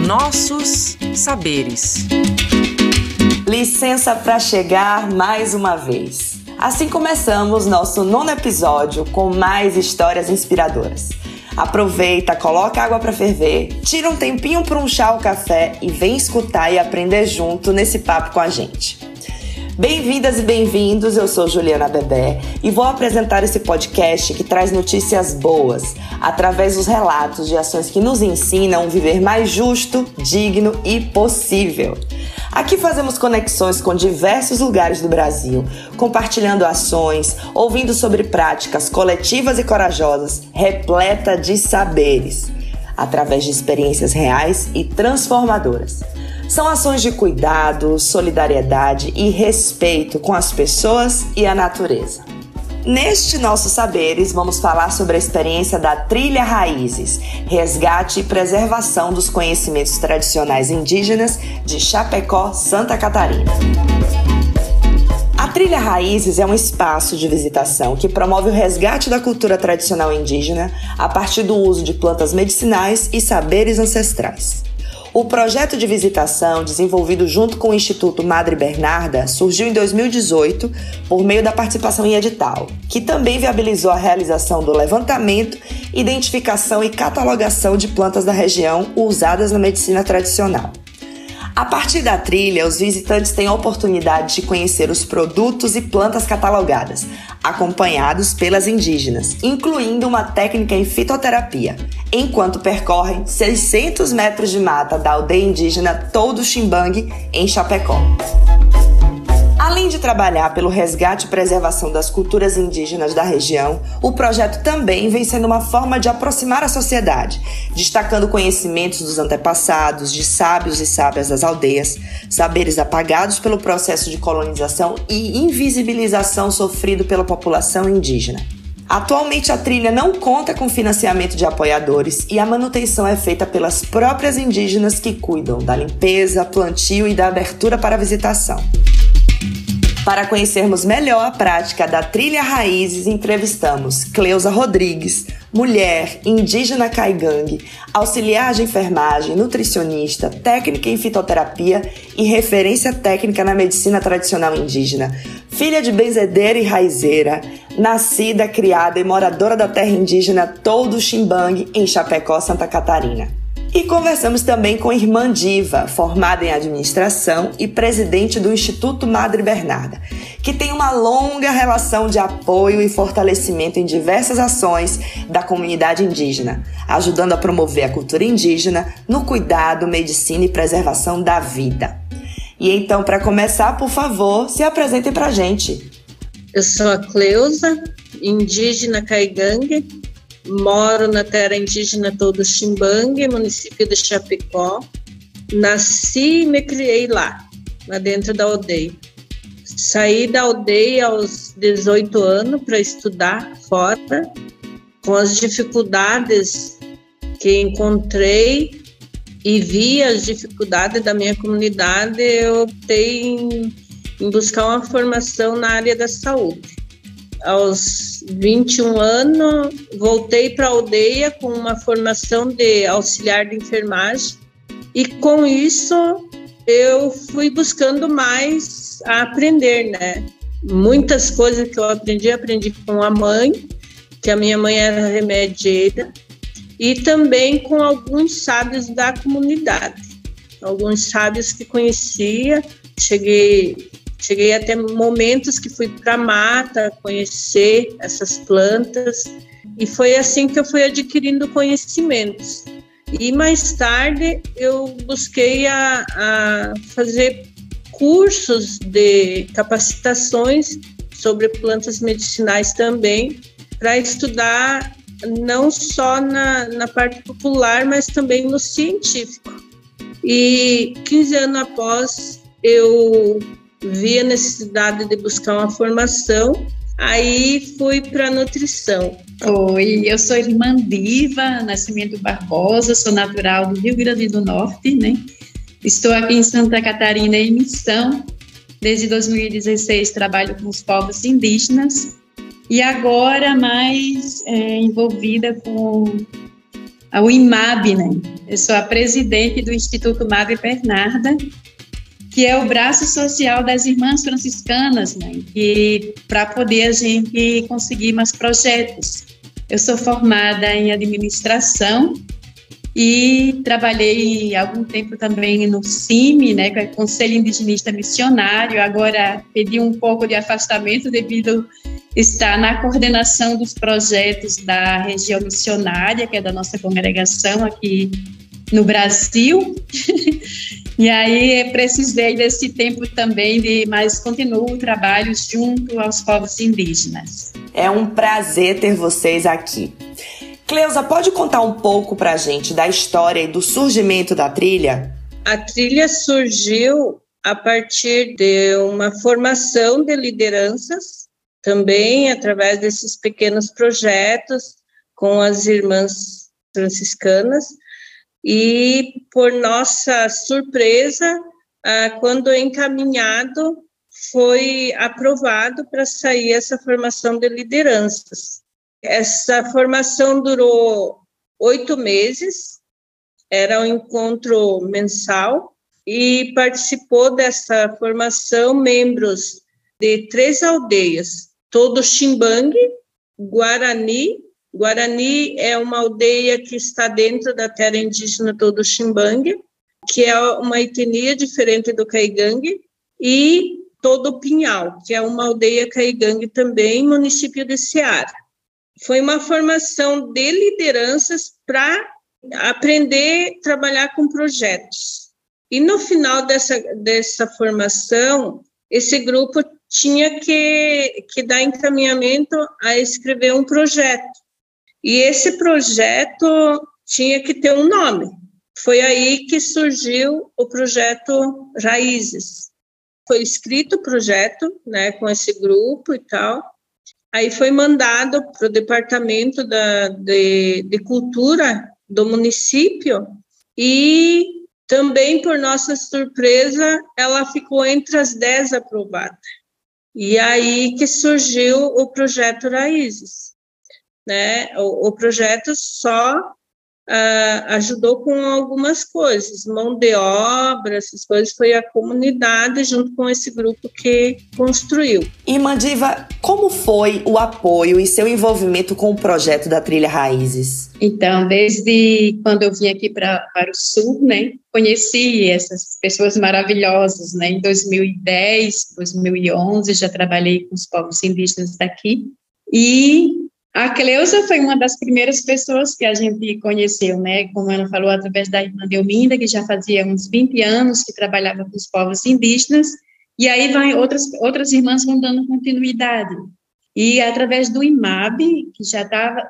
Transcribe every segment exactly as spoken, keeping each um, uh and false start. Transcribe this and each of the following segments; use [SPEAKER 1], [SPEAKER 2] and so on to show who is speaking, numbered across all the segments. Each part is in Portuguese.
[SPEAKER 1] Nossos saberes.
[SPEAKER 2] Licença para chegar mais uma vez. Assim começamos nosso nono episódio com mais histórias inspiradoras. Aproveita, coloca água para ferver, tira um tempinho para um chá ou café e vem escutar e aprender junto nesse papo com a gente. Bem-vindas e bem-vindos, eu sou Juliana Bebé e vou apresentar esse podcast que traz notícias boas, através dos relatos de ações que nos ensinam a viver mais justo, digno e possível. Aqui fazemos conexões com diversos lugares do Brasil, compartilhando ações, ouvindo sobre práticas coletivas e corajosas, repleta de saberes, através de experiências reais e transformadoras. São ações de cuidado, solidariedade e respeito com as pessoas e a natureza. Neste Nossos Saberes, vamos falar sobre a experiência da Trilha Raízes, resgate e preservação dos conhecimentos tradicionais indígenas de Chapecó, Santa Catarina. A Trilha Raízes é um espaço de visitação que promove o resgate da cultura tradicional indígena a partir do uso de plantas medicinais e saberes ancestrais. O projeto de visitação, desenvolvido junto com o Instituto Madre Bernarda, surgiu em dois mil e dezoito por meio da participação em edital, que também viabilizou a realização do levantamento, identificação e catalogação de plantas da região usadas na medicina tradicional. A partir da trilha, os visitantes têm a oportunidade de conhecer os produtos e plantas catalogadas, acompanhados pelas indígenas, incluindo uma técnica em fitoterapia, enquanto percorrem seiscentos metros de mata da aldeia indígena Todo Ximbangue, em Chapecó. Além de trabalhar pelo resgate e preservação das culturas indígenas da região, o projeto também vem sendo uma forma de aproximar a sociedade, destacando conhecimentos dos antepassados, de sábios e sábias das aldeias, saberes apagados pelo processo de colonização e invisibilização sofrido pela população indígena. Atualmente, a trilha não conta com financiamento de apoiadores e a manutenção é feita pelas próprias indígenas que cuidam da limpeza, plantio e da abertura para a visitação. Para conhecermos melhor a prática da Trilha Raízes, entrevistamos Cleusa Rodrigues, mulher, indígena caigangue, auxiliar de enfermagem, nutricionista, técnica em fitoterapia e referência técnica na medicina tradicional indígena, filha de benzedeira e raizeira, nascida, criada e moradora da terra indígena Todo Ximbangue, em Chapecó, Santa Catarina. E conversamos também com Irmã Diva, formada em administração e presidente do Instituto Madre Bernarda, que tem uma longa relação de apoio e fortalecimento em diversas ações da comunidade indígena, ajudando a promover a cultura indígena no cuidado, medicina e preservação da vida. E então, para começar, por favor, se apresentem para a gente.
[SPEAKER 3] Eu sou a Cleusa, indígena caigangue. Moro na terra indígena Todo Ximbangue, município de Chapecó. Nasci e me criei lá, lá dentro da aldeia. Saí da aldeia aos dezoito anos para estudar fora. Com as dificuldades que encontrei e vi as dificuldades da minha comunidade, eu optei em, em buscar uma formação na área da saúde. Aos vinte e um anos, voltei para a aldeia com uma formação de auxiliar de enfermagem e com isso eu fui buscando mais a aprender, né? Muitas coisas que eu aprendi, aprendi com a mãe, que a minha mãe era remédieira, e também com alguns sábios da comunidade, alguns sábios que conhecia. Cheguei... Cheguei até momentos que fui para a mata conhecer essas plantas e foi assim que eu fui adquirindo conhecimentos. E mais tarde eu busquei a, a fazer cursos de capacitações sobre plantas medicinais também, para estudar não só na, na parte popular, mas também no científico. E quinze anos após eu vi a necessidade de buscar uma formação, aí fui para nutrição.
[SPEAKER 4] Oi, eu sou Irmã Diva Nascimento Barbosa, sou natural do Rio Grande do Norte, né? Estou aqui em Santa Catarina em missão. Desde dois mil e dezesseis trabalho com os povos indígenas e agora mais é, envolvida com a U I M A B, né? Eu sou a presidente do Instituto Madre Bernarda, que é o braço social das Irmãs Franciscanas, né? E para poder a gente conseguir mais projetos. Eu sou formada em administração e trabalhei algum tempo também no C I M, né, que é o Conselho Indigenista Missionário. Agora pedi um pouco de afastamento devido a estar na coordenação dos projetos da região missionária, que é da nossa congregação aqui no Brasil. E aí precisei desse tempo também de, mas continuo o trabalho junto aos povos indígenas.
[SPEAKER 2] É um prazer ter vocês aqui. Cleusa, pode contar um pouco pra gente da história e do surgimento da trilha?
[SPEAKER 3] A trilha surgiu a partir de uma formação de lideranças, também através desses pequenos projetos com as irmãs franciscanas. E, por nossa surpresa, quando encaminhado, foi aprovado para sair essa formação de lideranças. Essa formação durou oito meses, era um encontro mensal, e participou dessa formação membros de três aldeias, Todo Ximbangue, Guarani. Guarani é uma aldeia que está dentro da terra indígena Todo Ximbangue, que é uma etnia diferente do Caigangue, e Todo Pinhal, que é uma aldeia Caigangue também, município de Ceará. Foi uma formação de lideranças para aprender a trabalhar com projetos. E no final dessa, dessa formação, esse grupo tinha que, que dar encaminhamento a escrever um projeto. E esse projeto tinha que ter um nome. Foi aí que surgiu o projeto Raízes. Foi escrito o projeto, né, com esse grupo e tal. Aí foi mandado para o Departamento da, de, de Cultura do município e também, por nossa surpresa, ela ficou entre as dez aprovadas. E aí que surgiu o projeto Raízes. Né? O, o projeto só uh, ajudou com algumas coisas, mão de obra, essas coisas, foi a comunidade junto com esse grupo que construiu.
[SPEAKER 2] Irmã Diva, como foi o apoio e seu envolvimento com o projeto da Trilha Raízes?
[SPEAKER 4] Então, desde quando eu vim aqui pra, para o Sul, né, conheci essas pessoas maravilhosas, né, em dois mil e dez, dois mil e onze, já trabalhei com os povos indígenas daqui, e a Cleusa foi uma das primeiras pessoas que a gente conheceu, né, como ela falou, através da irmã Delminda, que já fazia uns vinte anos que trabalhava com os povos indígenas, e aí vai outras, outras irmãs vão dando continuidade. E através do I M A B, que já estava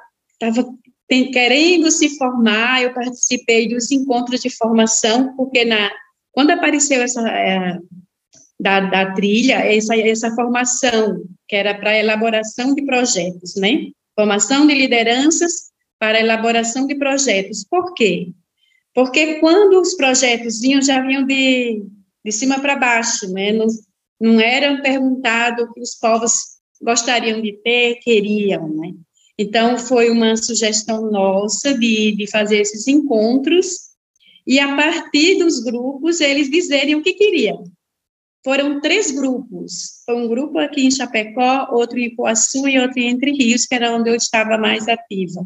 [SPEAKER 4] querendo se formar, eu participei dos encontros de formação, porque na, quando apareceu essa é, da, da trilha, essa, essa formação, que era para elaboração de projetos, né? Formação de lideranças para elaboração de projetos. Por quê? Porque quando os projetos vinham, já vinham de, de cima para baixo, né? Não, não eram perguntados o que os povos gostariam de ter, queriam, né? Então, foi uma sugestão nossa de, de fazer esses encontros e, a partir dos grupos, eles dizerem o que queriam. Foram três grupos. Foi um grupo aqui em Chapecó, outro em Ipuaçu e outro em Entre Rios, que era onde eu estava mais ativa.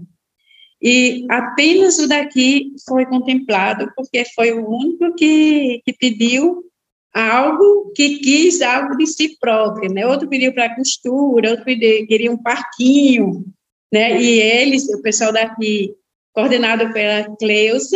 [SPEAKER 4] E apenas o daqui foi contemplado, porque foi o único que, que pediu algo, que quis algo de si próprio, né? Outro pediu para costura, outro pediu, queria um parquinho, né? E eles, o pessoal daqui, coordenado pela Cleusa,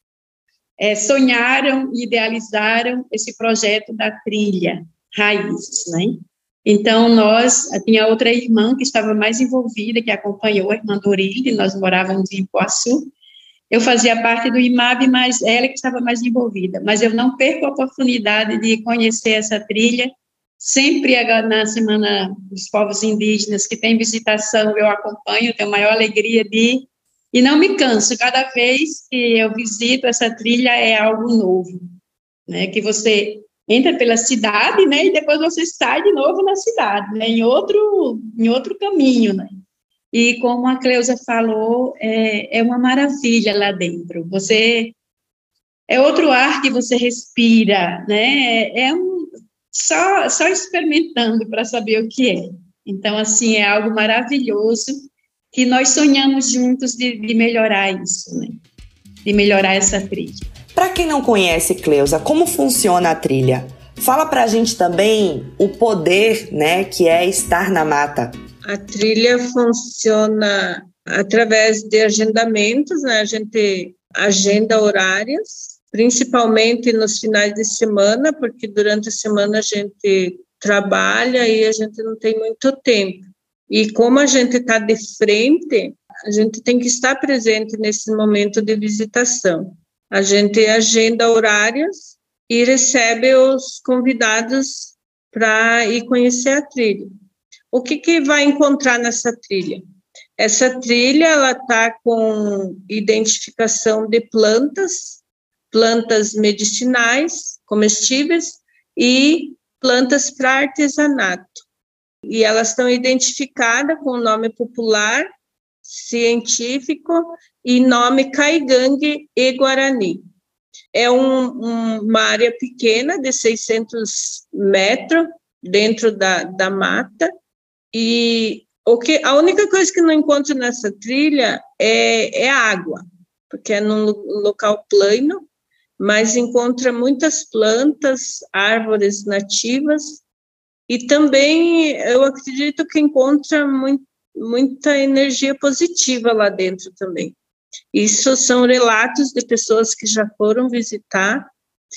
[SPEAKER 4] É, sonharam e idealizaram esse projeto da trilha Raízes, né? Então, nós, tinha outra irmã que estava mais envolvida, que acompanhou, a irmã Dorilde, nós morávamos em Ipuaçu, eu fazia parte do I M A B, mas ela que estava mais envolvida, mas eu não perco a oportunidade de conhecer essa trilha, sempre na Semana dos Povos Indígenas, que tem visitação, eu acompanho, tenho a maior alegria de ir, e não me canso, cada vez que eu visito essa trilha é algo novo, né, que você entra pela cidade, né, e depois você sai de novo na cidade, né, em outro, em outro caminho, né, e como a Cleusa falou, é, é uma maravilha lá dentro, você é outro ar que você respira, né? É um, só, só experimentando para saber o que é. Então, assim, é algo maravilhoso que nós sonhamos juntos de, de melhorar isso, né? De melhorar essa trilha.
[SPEAKER 2] Para quem não conhece, Cleusa, como funciona a trilha? Fala pra gente também o poder, né, que é estar na mata.
[SPEAKER 3] A trilha funciona através de agendamentos, né? A gente agenda horários, principalmente nos finais de semana, porque durante a semana a gente trabalha e a gente não tem muito tempo. E como a gente está de frente, a gente tem que estar presente nesse momento de visitação. A gente agenda horários e recebe os convidados para ir conhecer a trilha. O que, que vai encontrar nessa trilha? Essa trilha ela está com identificação de plantas, plantas medicinais, comestíveis e plantas para artesanato. E elas estão identificadas com o nome popular, científico e nome Caigangue e Guarani. É um, um, uma área pequena de seiscentos metros dentro da, da mata e o que, a única coisa que não encontro nessa trilha é, é água, porque é num local plano, mas encontra muitas plantas, árvores nativas e também eu acredito que encontra muito, muita energia positiva lá dentro também. Isso são relatos de pessoas que já foram visitar,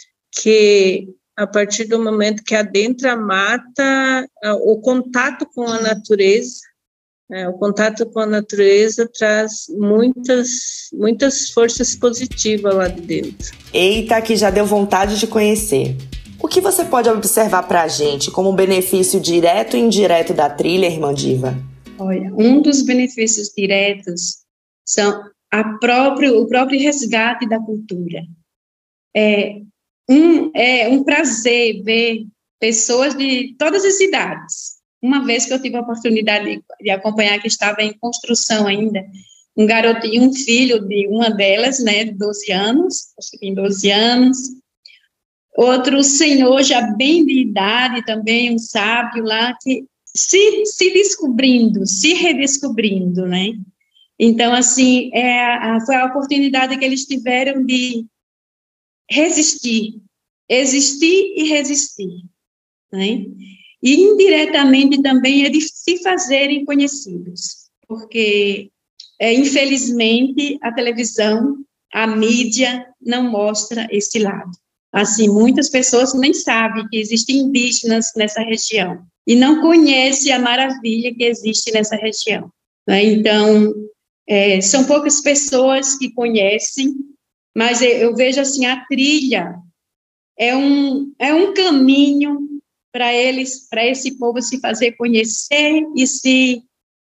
[SPEAKER 3] que a partir do momento que adentra a mata, o contato com a natureza, né, o contato com a natureza traz muitas, muitas forças positivas lá de dentro.
[SPEAKER 2] Eita, que já deu vontade de conhecer. O que você pode observar para a gente como benefício direto e indireto da trilha, irmã Diva?
[SPEAKER 4] Olha, um dos benefícios diretos são a próprio, o próprio resgate da cultura. É um, é um prazer ver pessoas de todas as idades. Uma vez que eu tive a oportunidade de, de acompanhar, que estava em construção ainda, um garotinho, um filho de uma delas, né, de doze anos, acho que tem doze anos, outro senhor já bem de idade também, um sábio lá, que se, se descobrindo, se redescobrindo, né? Então, assim, é a, foi a oportunidade que eles tiveram de resistir, existir e resistir, né? E indiretamente também é de se fazerem conhecidos, porque, é, infelizmente, a televisão, a mídia não mostra esse lado. Assim, muitas pessoas nem sabem que existem indígenas nessa região e não conhecem a maravilha que existe nessa região, né? Então, é, são poucas pessoas que conhecem, mas eu, eu vejo assim, a trilha é um, é um caminho para eles, para esse povo se fazer conhecer e se,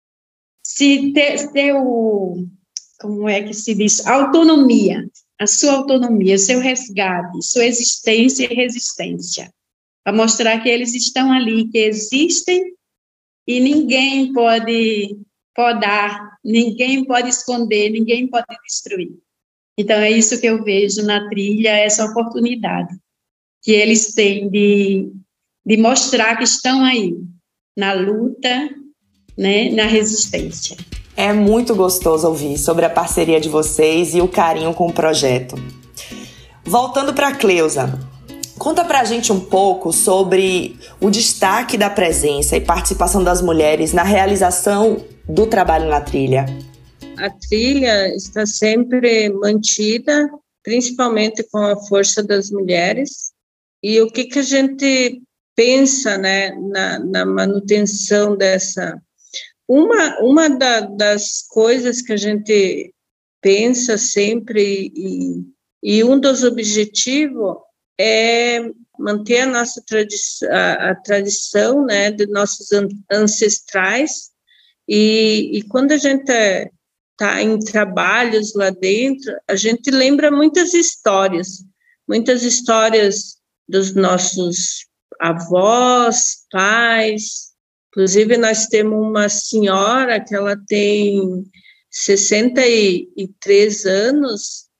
[SPEAKER 4] se ter, ter o, como é que se diz, autonomia, a sua autonomia, o seu resgate, sua existência e resistência, para mostrar que eles estão ali, que existem e ninguém pode podar, ninguém pode esconder, ninguém pode destruir. Então, é isso que eu vejo na trilha, essa oportunidade que eles têm de, de mostrar que estão aí, na luta, né, na resistência.
[SPEAKER 2] É muito gostoso ouvir sobre a parceria de vocês e o carinho com o projeto. Voltando para a Cleusa, conta pra gente um pouco sobre o destaque da presença e participação das mulheres na realização do trabalho na trilha.
[SPEAKER 3] A trilha está sempre mantida, principalmente com a força das mulheres. E o que, que a gente pensa, né, na, na manutenção dessa... Uma, uma da, das coisas que a gente pensa sempre e, e um dos objetivos é manter a nossa tradição, a, a tradição, né, de nossos ancestrais e, e quando a gente está em trabalhos lá dentro, a gente lembra muitas histórias, muitas histórias dos nossos avós, pais. Inclusive, nós temos uma senhora que ela tem sessenta e três anos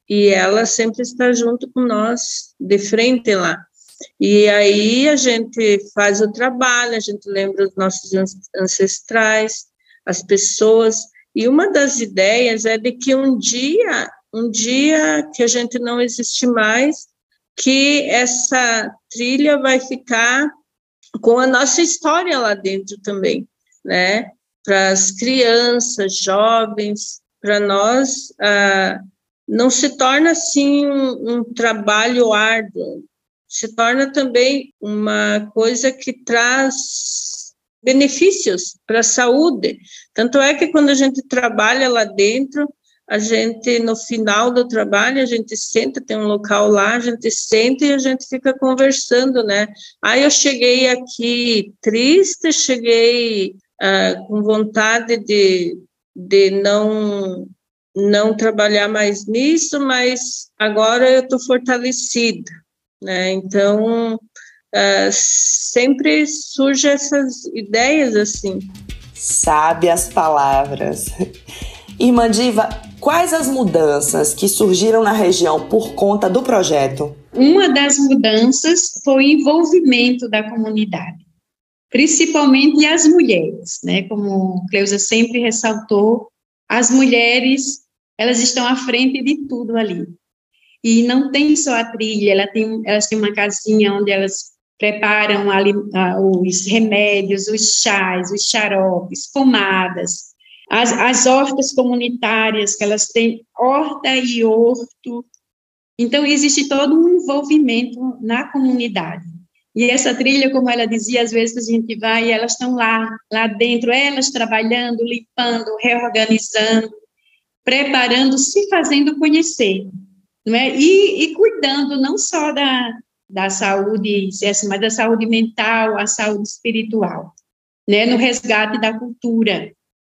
[SPEAKER 3] e ela sempre está junto com nós, de frente lá. E aí a gente faz o trabalho, a gente lembra os nossos ancestrais, as pessoas, e uma das ideias é de que um dia, um dia que a gente não existe mais, que essa trilha vai ficar com a nossa história lá dentro também, né? Para as crianças, jovens, para nós, ah, não se torna assim um, um trabalho árduo, se torna também uma coisa que traz benefícios para a saúde. Tanto é que quando a gente trabalha lá dentro, a gente, no final do trabalho, a gente senta, tem um local lá, a gente senta e a gente fica conversando, né? Ah, eu cheguei aqui triste, cheguei ah, com vontade de, de não, não trabalhar mais nisso, mas agora eu estou fortalecida, né? Então, uh, sempre surgem essas ideias assim.
[SPEAKER 2] Sabe as palavras. Irmã Diva, quais as mudanças que surgiram na região por conta do projeto?
[SPEAKER 4] Uma das mudanças foi o envolvimento da comunidade, principalmente as mulheres, né? Como Cleusa sempre ressaltou, as mulheres, elas estão à frente de tudo ali. E não tem só a trilha, ela tem, elas têm uma casinha onde elas preparam ali, uh, os remédios, os chás, os xaropes, pomadas, as, as hortas comunitárias, que elas têm horta e horto. Então, existe todo um envolvimento na comunidade. E essa trilha, como ela dizia, às vezes a gente vai e elas estão lá, lá dentro, elas trabalhando, limpando, reorganizando, preparando, se fazendo conhecer. Não é? e, e cuidando não só da, da saúde, mas da saúde mental, a saúde espiritual, né? No resgate da cultura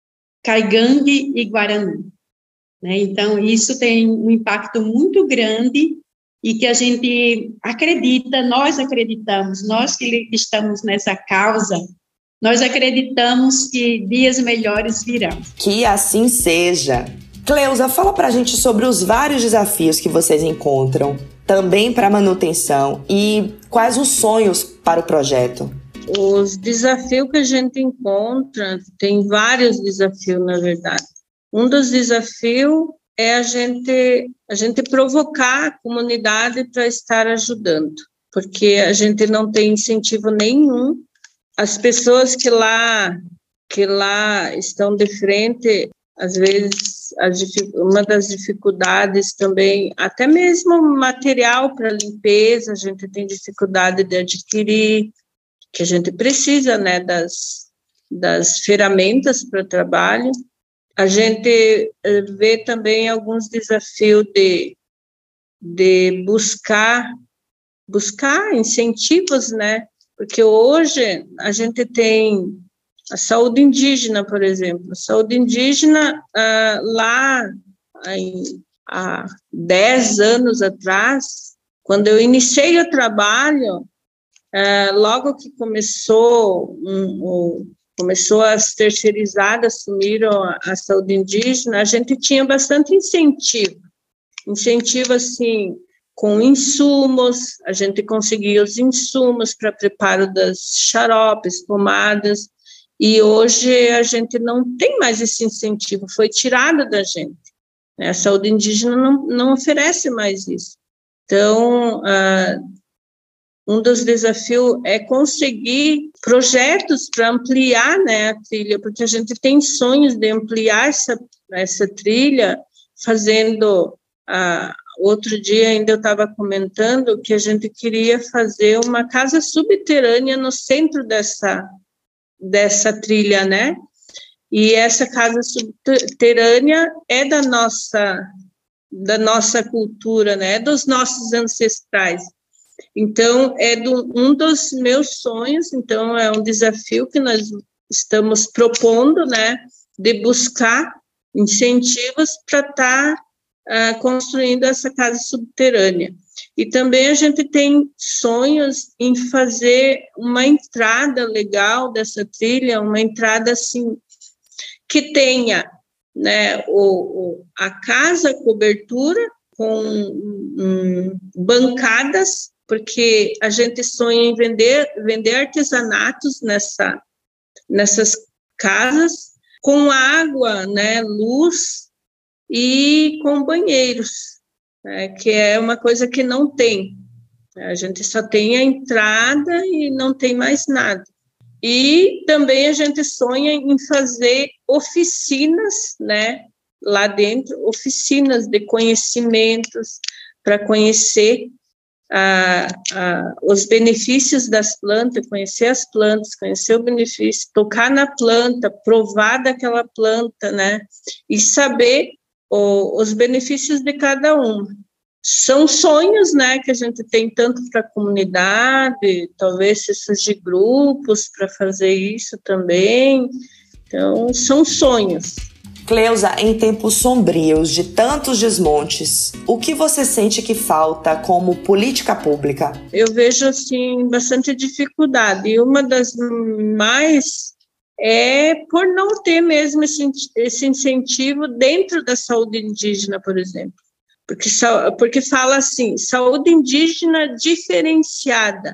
[SPEAKER 4] caigangue e guarani. Né? Então, isso tem um impacto muito grande e que a gente acredita, nós acreditamos, nós que estamos nessa causa, nós acreditamos que dias melhores virão.
[SPEAKER 2] Que assim seja. Cleusa, fala pra gente sobre os vários desafios que vocês encontram, também para a manutenção, e quais os sonhos para o projeto.
[SPEAKER 3] Os desafios que a gente encontra, tem vários desafios, na verdade. Um dos desafios é a gente, a gente provocar a comunidade para estar ajudando, porque a gente não tem incentivo nenhum. As pessoas que lá, que lá estão de frente, às vezes, uma das dificuldades também, até mesmo material para limpeza, a gente tem dificuldade de adquirir, que a gente precisa, né, das, das ferramentas para o trabalho. A gente vê também alguns desafios de, de buscar, buscar incentivos, né, porque hoje a gente tem a saúde indígena, por exemplo. A saúde indígena, ah, lá em, há dez anos atrás, quando eu iniciei o trabalho, ah, logo que começou, um, um, começou as terceirizadas, assumiram a, a saúde indígena, a gente tinha bastante incentivo. Incentivo, assim, com insumos, a gente conseguia os insumos para preparo das xaropes, pomadas, e hoje a gente não tem mais esse incentivo, foi tirado da gente. A saúde indígena não, não oferece mais isso. Então, uh, um dos desafios é conseguir projetos para ampliar, né, a trilha, porque a gente tem sonhos de ampliar essa, essa trilha, fazendo... Uh, outro dia ainda eu estava comentando que a gente queria fazer uma casa subterrânea no centro dessa... dessa trilha, né? E essa casa subterrânea é da nossa, da nossa cultura, né? Dos nossos ancestrais. Então, é do, um dos meus sonhos, então é um desafio que nós estamos propondo, né? De buscar incentivos para estar tá, uh, construindo essa casa subterrânea. E também a gente tem sonhos em fazer uma entrada legal dessa trilha, uma entrada assim, que tenha, né, o, o, a casa, a cobertura, com hum, bancadas, porque a gente sonha em vender, vender artesanatos nessa, nessas casas, com água, né, luz e com banheiros, né, que é uma coisa que não tem. A gente só tem a entrada e não tem mais nada. E também a gente sonha em fazer oficinas, né, lá dentro, oficinas de conhecimentos, para conhecer a, a, os benefícios das plantas, conhecer as plantas, conhecer o benefício, tocar na planta, provar daquela planta, né, e saber o, os benefícios de cada uma. São sonhos, né, que a gente tem tanto para a comunidade, talvez se surgir grupos para fazer isso também. Então, são sonhos.
[SPEAKER 2] Cleusa, em tempos sombrios de tantos desmontes, o que você sente que falta como política pública?
[SPEAKER 3] Eu vejo, assim, bastante dificuldade. E uma das mais é por não ter mesmo esse, esse incentivo dentro da saúde indígena, por exemplo. Porque, porque fala assim, saúde indígena diferenciada.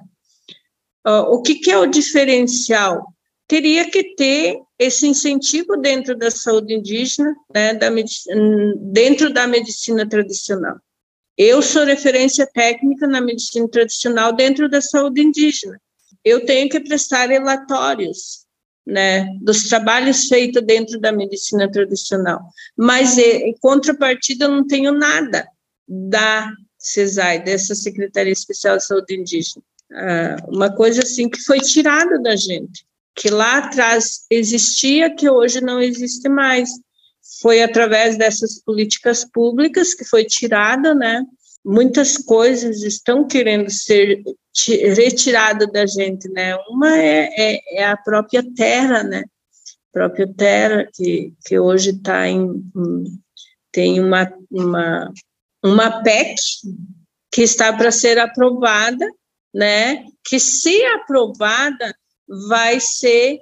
[SPEAKER 3] Uh, o que, que é o diferencial? Teria que ter esse incentivo dentro da saúde indígena, né, da medicina, dentro da medicina tradicional. Eu sou referência técnica na medicina tradicional dentro da saúde indígena. Eu tenho que prestar relatórios, né, dos trabalhos feitos dentro da medicina tradicional, mas em contrapartida eu não tenho nada da CESAI, dessa Secretaria Especial de Saúde Indígena, ah, uma coisa assim que foi tirada da gente, que lá atrás existia, que hoje não existe mais, foi através dessas políticas públicas que foi tirada, né, muitas coisas estão querendo ser retirado da gente, né? Uma é, é, é a própria terra, né? A própria terra que, que hoje está em, em tem uma, uma, uma P E C que está para ser aprovada, né? Que se aprovada vai ser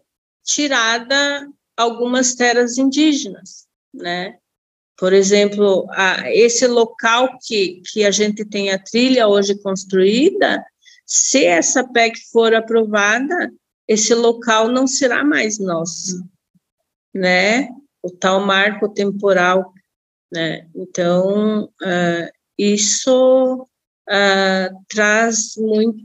[SPEAKER 3] tirada algumas terras indígenas, né? Por exemplo, a, esse local que, que a gente tem a trilha hoje construída, se essa P E C for aprovada, esse local não será mais nosso, né? O tal marco temporal, né? Então, uh, isso uh, traz muito,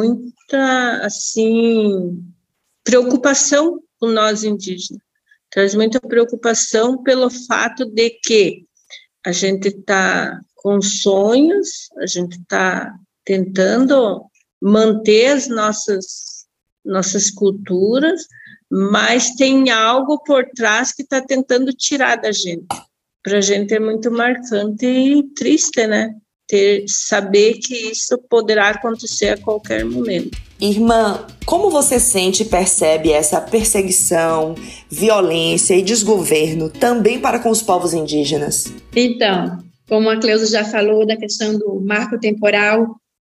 [SPEAKER 3] muita, assim, preocupação com nós indígenas. Traz muita preocupação pelo fato de que a gente está com sonhos, a gente está tentando manter as nossas, nossas culturas, mas tem algo por trás que está tentando tirar da gente. Para a gente é muito marcante e triste, né? Ter, saber que isso poderá acontecer a qualquer momento.
[SPEAKER 2] Irmã, como você sente e percebe essa perseguição, violência e desgoverno também para com os povos indígenas?
[SPEAKER 4] Então, como a Cleusa já falou da questão do marco temporal,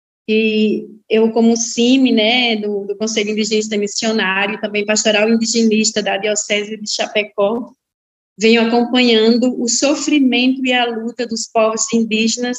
[SPEAKER 4] e eu como C I M, né, do, do Conselho Indigenista Missionário, e também pastoral indigenista da Diocese de Chapecó, venho acompanhando o sofrimento e a luta dos povos indígenas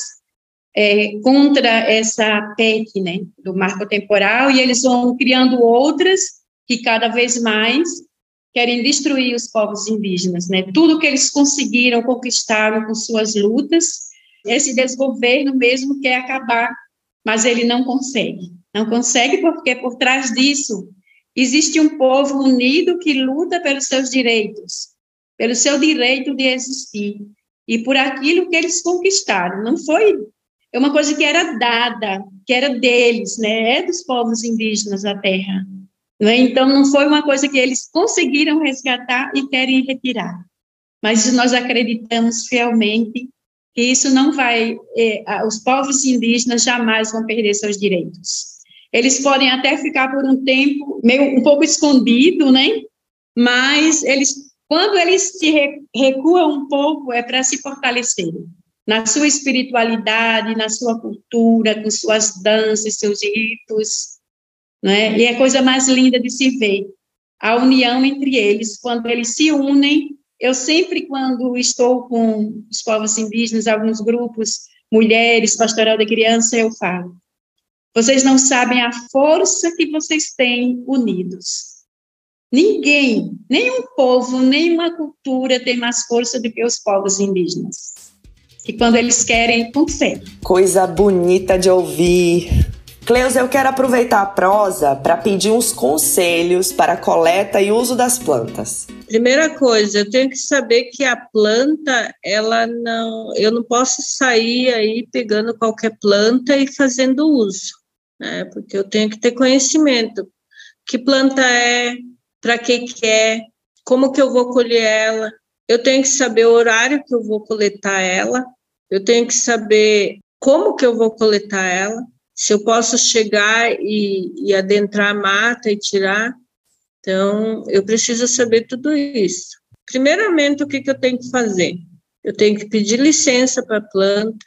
[SPEAKER 4] É, contra essa P E C, né, do marco temporal, e eles vão criando outras que cada vez mais querem destruir os povos indígenas, né, tudo que eles conseguiram, conquistaram com suas lutas, esse desgoverno mesmo quer acabar, mas ele não consegue, não consegue porque por trás disso existe um povo unido que luta pelos seus direitos, pelo seu direito de existir, e por aquilo que eles conquistaram, não foi É uma coisa que era dada, que era deles, né? É dos povos indígenas da terra. Não é? Então, não foi uma coisa que eles conseguiram resgatar e querem retirar. Mas nós acreditamos fielmente que isso não vai... É, os povos indígenas jamais vão perder seus direitos. Eles podem até ficar por um tempo meio um pouco escondido, né? Mas eles, quando eles se recuam um pouco, é para se fortalecerem na sua espiritualidade, na sua cultura, com suas danças, seus ritos, né? E é a coisa mais linda de se ver, a união entre eles, quando eles se unem. Eu sempre, quando estou com os povos indígenas, alguns grupos mulheres, pastoral de criança, eu falo. Vocês não sabem a força que vocês têm unidos. Ninguém, nenhum povo, nenhuma cultura tem mais força do que os povos indígenas. E quando eles querem, conseguem.
[SPEAKER 2] Coisa bonita de ouvir. Cleusa, eu quero aproveitar a prosa para pedir uns conselhos para a coleta e uso das plantas.
[SPEAKER 3] Primeira coisa, eu tenho que saber que a planta, ela não, eu não posso sair aí pegando qualquer planta e fazendo uso, né? Porque eu tenho que ter conhecimento. Que planta é, para que que é, como que eu vou colher ela. Eu tenho que saber o horário que eu vou coletar ela. Eu tenho que saber como que eu vou coletar ela. Se eu posso chegar e, e adentrar a mata e tirar. Então, eu preciso saber tudo isso. Primeiramente, o que, que eu tenho que fazer? Eu tenho que pedir licença para a planta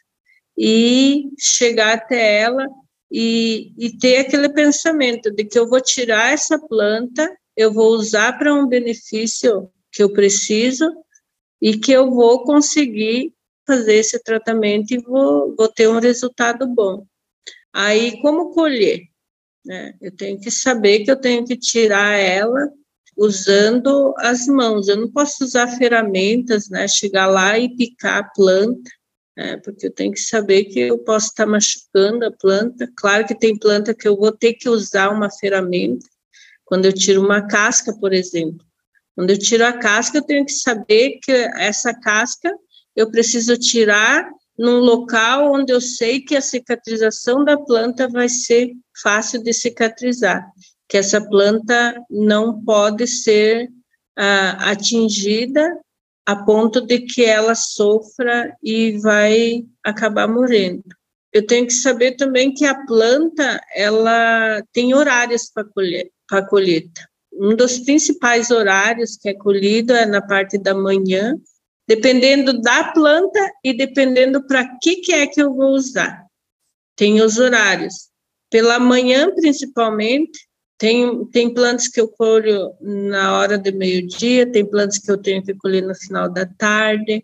[SPEAKER 3] e chegar até ela e, e ter aquele pensamento de que eu vou tirar essa planta, eu vou usar para um benefício que eu preciso e que eu vou conseguir fazer esse tratamento e vou, vou ter um resultado bom. Aí, como colher? Né? Eu tenho que saber que eu tenho que tirar ela usando as mãos. Eu não posso usar ferramentas, né? Chegar lá e picar a planta, né? Porque eu tenho que saber que eu posso estar machucando a planta. Claro que tem planta que eu vou ter que usar uma ferramenta. Quando eu tiro uma casca, por exemplo. Quando eu tiro a casca, eu tenho que saber que essa casca eu preciso tirar num local onde eu sei que a cicatrização da planta vai ser fácil de cicatrizar, que essa planta não pode ser ah, atingida a ponto de que ela sofra e vai acabar morrendo. Eu tenho que saber também que a planta, ela tem horários para colher, para colheita. Um dos principais horários que é colhido é na parte da manhã, dependendo da planta e dependendo para que, que é que eu vou usar. Tem os horários. Pela manhã, principalmente, tem, tem plantas que eu colho na hora do meio-dia, tem plantas que eu tenho que colher no final da tarde.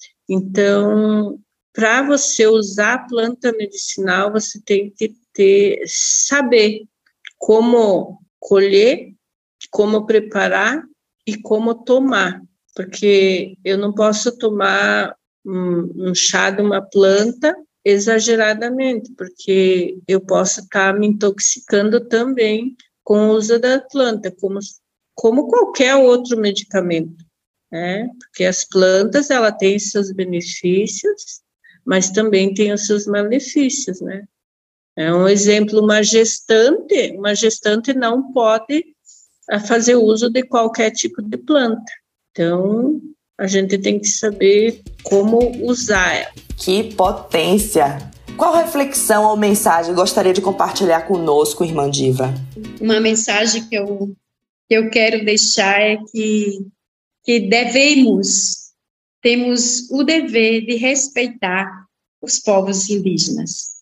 [SPEAKER 3] Então, para você usar a planta medicinal, você tem que ter, saber como colher, como preparar e como tomar. Porque eu não posso tomar um, um chá de uma planta exageradamente, porque eu posso estar me intoxicando também com o uso da planta, como, como qualquer outro medicamento, né? Porque as plantas, ela tem seus benefícios, mas também tem os seus malefícios, né? É um exemplo, uma gestante, uma gestante não pode fazer uso de qualquer tipo de planta. Então, a gente tem que saber como usar ela.
[SPEAKER 2] Que potência! Qual reflexão ou mensagem gostaria de compartilhar conosco, irmã Diva?
[SPEAKER 4] Uma mensagem que eu, que eu quero deixar é que, que devemos, temos o dever de respeitar os povos indígenas.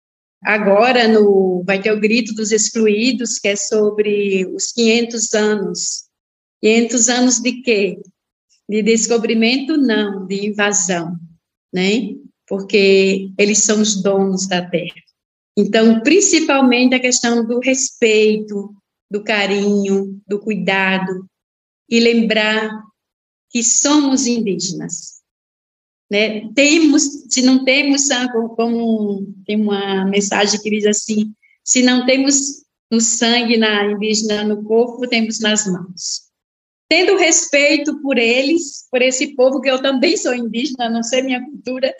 [SPEAKER 4] Agora no, vai ter o Grito dos Excluídos, que é sobre os quinhentos anos. quinhentos anos de quê? De descobrimento, não, de invasão, né? Porque eles são os donos da terra. Então, principalmente a questão do respeito, do carinho, do cuidado, e lembrar que somos indígenas, né? Temos, se não temos, como tem uma mensagem que diz assim, se não temos no sangue na indígena no corpo, temos nas mãos. Tendo respeito por eles, por esse povo, que eu também sou indígena, não sei minha cultura,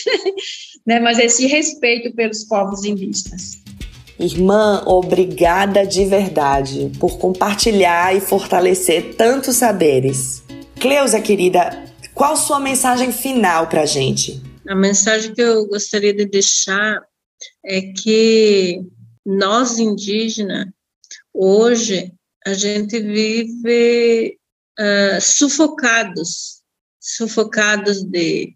[SPEAKER 4] né, mas esse respeito pelos povos indígenas.
[SPEAKER 2] Irmã, obrigada de verdade por compartilhar e fortalecer tantos saberes. Cleusa, querida, qual sua mensagem final para a gente?
[SPEAKER 3] A mensagem que eu gostaria de deixar é que nós, indígenas, hoje, a gente vive uh, sufocados, sufocados de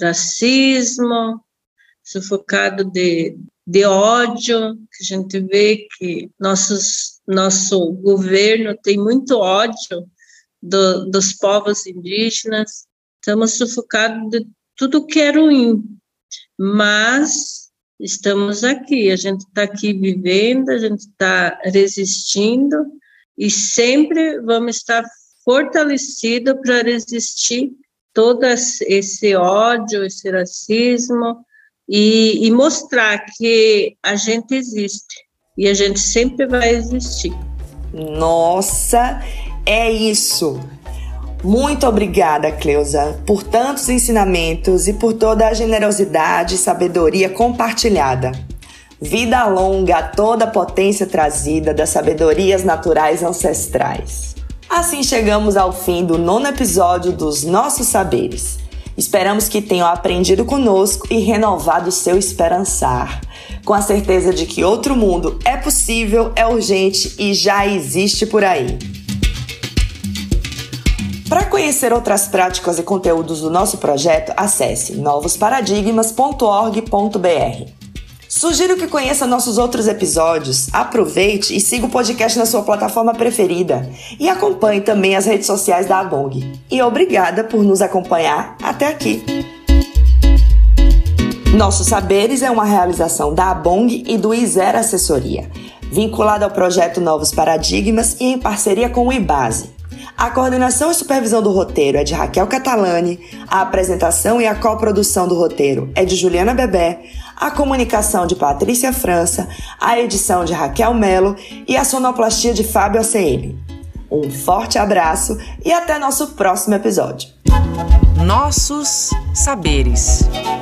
[SPEAKER 3] racismo, sufocado de, de ódio, que a gente vê que nossos, nosso governo tem muito ódio do, dos povos indígenas, estamos sufocados de tudo que é ruim. mas estamos aqui, a gente está aqui vivendo, a gente está resistindo e sempre vamos estar fortalecidos para resistir todo esse ódio, esse racismo e, e mostrar que a gente existe e a gente sempre vai existir.
[SPEAKER 2] Nossa, é isso! Muito obrigada, Cleusa, por tantos ensinamentos e por toda a generosidade e sabedoria compartilhada. Vida longa a toda a potência trazida das sabedorias naturais ancestrais. Assim chegamos ao fim do nono episódio dos Nossos Saberes. Esperamos que tenham aprendido conosco e renovado seu esperançar, com a certeza de que outro mundo é possível, é urgente e já existe por aí. Para conhecer outras práticas e conteúdos do nosso projeto, acesse novos paradigmas ponto org ponto b r. Sugiro que conheça nossos outros episódios, aproveite e siga o podcast na sua plataforma preferida e acompanhe também as redes sociais da ABONG. E obrigada por nos acompanhar até aqui. Nossos Saberes é uma realização da ABONG e do Isera Assessoria, vinculada ao projeto Novos Paradigmas e em parceria com o IBASE. A coordenação e supervisão do roteiro é de Raquel Catalani, a apresentação e a coprodução do roteiro é de Juliana Bebé, a comunicação de Patrícia França, a edição de Raquel Melo e a sonoplastia de Fábio A C M. Um forte abraço e até nosso próximo episódio.
[SPEAKER 1] Nossos Saberes.